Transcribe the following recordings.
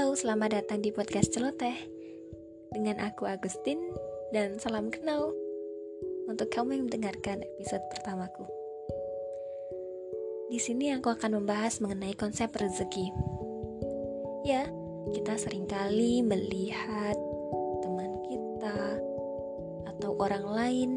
Halo, selamat datang di podcast Celoteh dengan aku Agustin dan salam kenal untuk kamu yang mendengarkan episode pertamaku. Di sini aku akan membahas mengenai konsep rezeki. Ya, kita seringkali melihat teman kita atau orang lain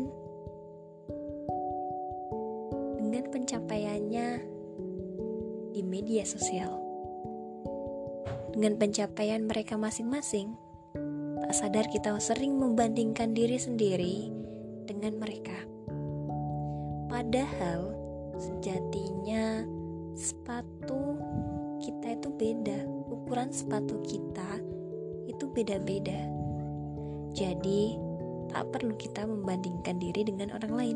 dengan pencapaiannya di media sosial. Dengan pencapaian mereka masing-masing, tak sadar kita sering membandingkan diri sendiri dengan mereka. Padahal sejatinya sepatu kita itu beda, ukuran sepatu kita itu beda-beda. Jadi tak perlu kita membandingkan diri dengan orang lain.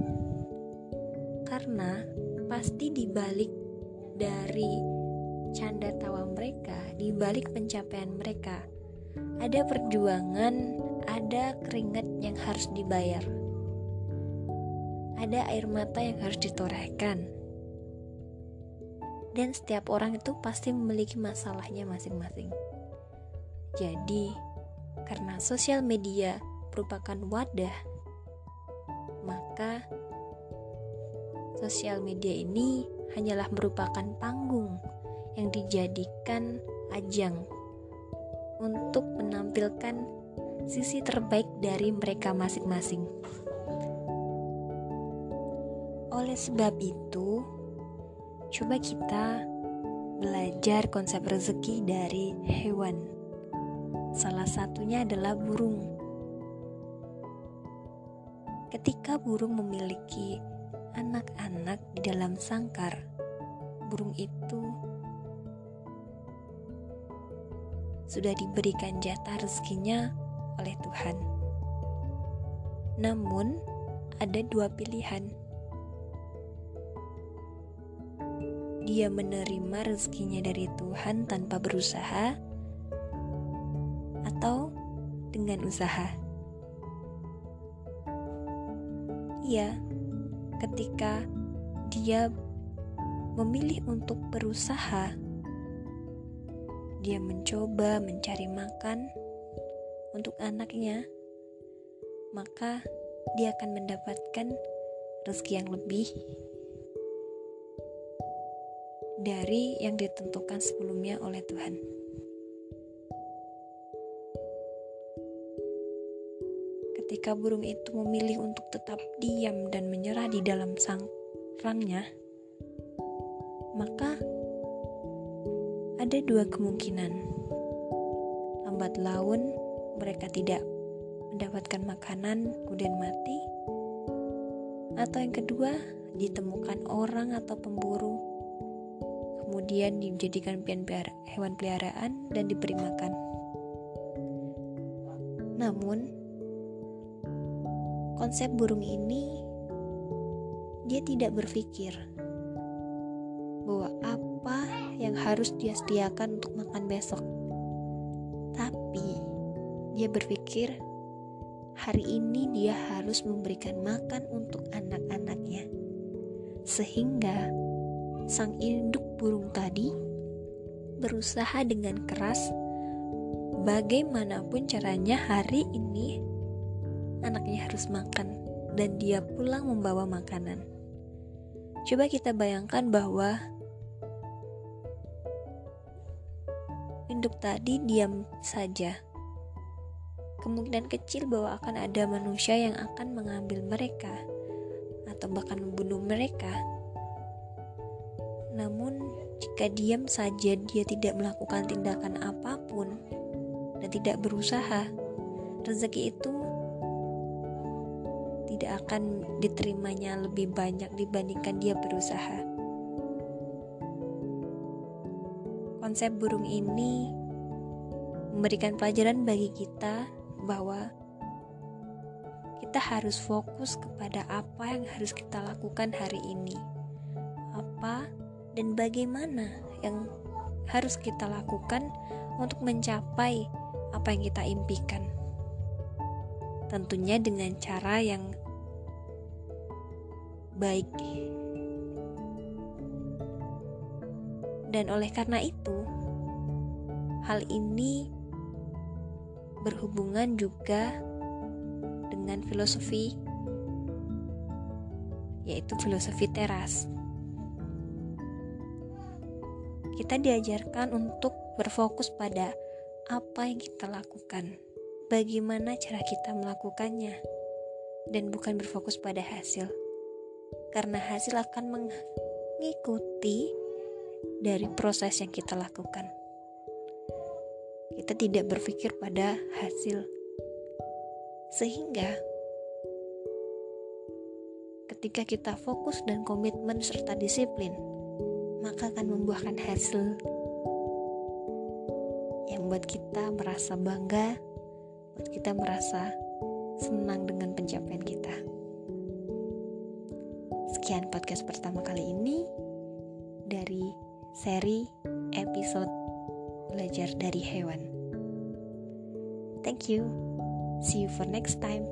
Karena pasti dibalik dari canda tawa mereka, di balik pencapaian mereka, ada perjuangan, ada keringat yang harus dibayar, ada air mata yang harus ditorehkan. Dan setiap orang itu pasti memiliki masalahnya masing-masing. Jadi, karena sosial media merupakan wadah, maka sosial media ini hanyalah merupakan panggung yang dijadikan ajang untuk menampilkan sisi terbaik dari mereka masing-masing. Oleh sebab itu, coba kita belajar konsep rezeki dari hewan. Salah satunya adalah burung. Ketika burung memiliki anak-anak di dalam sangkar, burung itu sudah diberikan jatah rezekinya oleh Tuhan. Namun, ada dua pilihan. Dia menerima rezekinya dari Tuhan tanpa berusaha, atau dengan usaha. Iya, ketika dia memilih untuk berusaha, dia mencoba mencari makan untuk anaknya, maka dia akan mendapatkan rezeki yang lebih dari yang ditentukan sebelumnya oleh Tuhan. Ketika burung itu memilih untuk tetap diam dan menyerah di dalam sarangnya, maka ada dua kemungkinan. Lambat laun mereka tidak mendapatkan makanan kemudian mati, atau yang kedua ditemukan orang atau pemburu kemudian dijadikan hewan peliharaan dan diberi makan. Namun konsep burung ini, dia tidak berpikir bahwa apa yang harus dia sediakan untuk makan besok. Tapi dia berpikir hari ini dia harus memberikan makan untuk anak-anaknya. Sehingga sang induk burung tadi berusaha dengan keras bagaimanapun caranya hari ini anaknya harus makan, dan dia pulang membawa makanan. Coba kita bayangkan bahwa induk tadi diam saja. Kemungkinan kecil bahwa akan ada manusia yang akan mengambil mereka atau bahkan membunuh mereka. Namun jika diam saja, dia tidak melakukan tindakan apapun dan tidak berusaha, rezeki itu tidak akan diterimanya lebih banyak dibandingkan dia berusaha. Konsep burung ini memberikan pelajaran bagi kita bahwa kita harus fokus kepada apa yang harus kita lakukan hari ini. Apa dan bagaimana yang harus kita lakukan untuk mencapai apa yang kita impikan. Tentunya dengan cara yang baik. Dan oleh karena itu, Hal ini berhubungan juga dengan filosofi, yaitu filosofi teras. Kita diajarkan untuk berfokus pada apa yang kita lakukan, bagaimana cara kita melakukannya, dan bukan berfokus pada hasil, karena hasil akan mengikuti dari proses yang kita lakukan. Kita tidak berpikir pada hasil, sehingga ketika kita fokus dan komitmen serta disiplin, maka akan membuahkan hasil yang buat kita merasa bangga, buat kita merasa senang dengan pencapaian kita. Sekian podcast pertama kali ini dari seri episode Belajar dari Hewan. Thank you. See you for next time.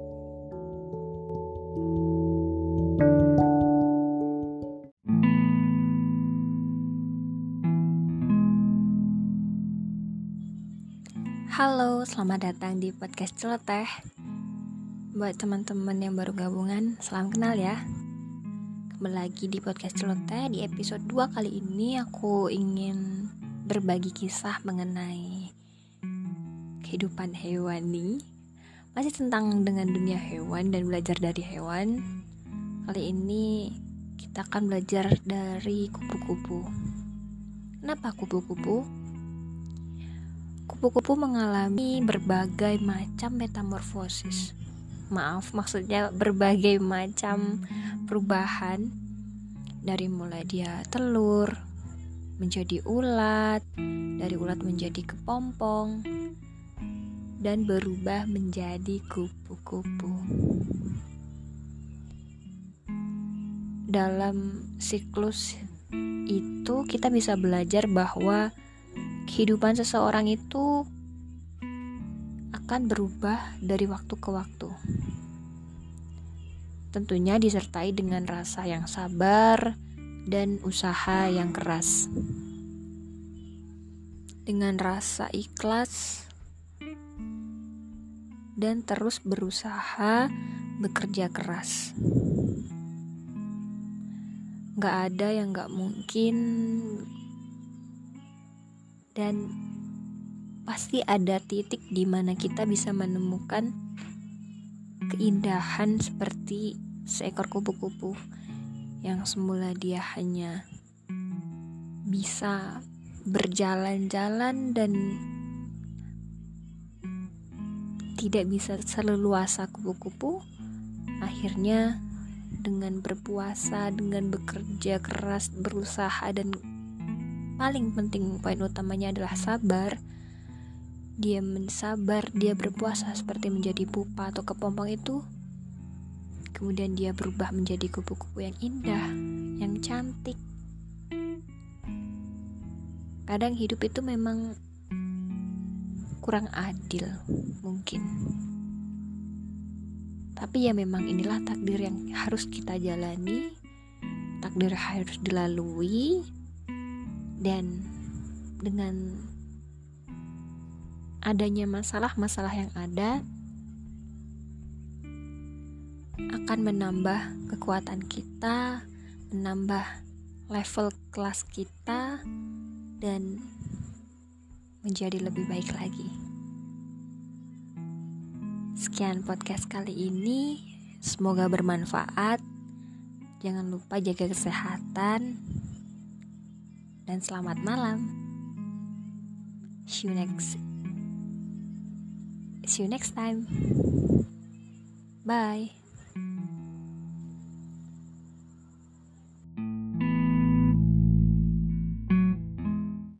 Halo, selamat datang di podcast Celoteh. Buat teman-teman yang baru gabungan, salam kenal ya. Kembali lagi di podcast Celoteh. Di episode 2 kali ini aku ingin berbagi kisah mengenai kehidupan hewani. Masih tentang dengan dunia hewan dan belajar dari hewan. Kali ini kita akan belajar dari kupu-kupu. Kenapa kupu-kupu? Kupu-kupu mengalami berbagai macam metamorfosis. Maksudnya berbagai macam perubahan. Dari mulai dia telur menjadi ulat, dari ulat menjadi kepompong, dan berubah menjadi kupu-kupu. Dalam siklus itu kita bisa belajar bahwa kehidupan seseorang itu akan berubah dari waktu ke waktu. Tentunya disertai dengan rasa yang sabar dan usaha yang keras. Dengan rasa ikhlas dan terus berusaha bekerja keras. Gak ada yang gak mungkin, dan pasti ada titik di mana kita bisa menemukan keindahan seperti seekor kupu-kupu yang semula dia hanya bisa berjalan-jalan dan tidak bisa seleluasa kupu-kupu, akhirnya dengan berpuasa, dengan bekerja keras, berusaha, dan paling penting poin utamanya adalah sabar. Dia mensabar, dia berpuasa seperti menjadi pupa atau kepompong itu. Kemudian dia berubah menjadi kupu-kupu yang indah, yang cantik. Kadang hidup itu memang kurang adil mungkin. Tapi ya memang inilah takdir yang harus kita jalani. Takdir harus dilalui. Dan dengan adanya masalah-masalah yang ada akan menambah kekuatan kita, menambah level kelas kita, dan menjadi lebih baik lagi. Sekian podcast kali ini, semoga bermanfaat. Jangan lupa jaga kesehatan dan selamat malam. See you next time. Bye.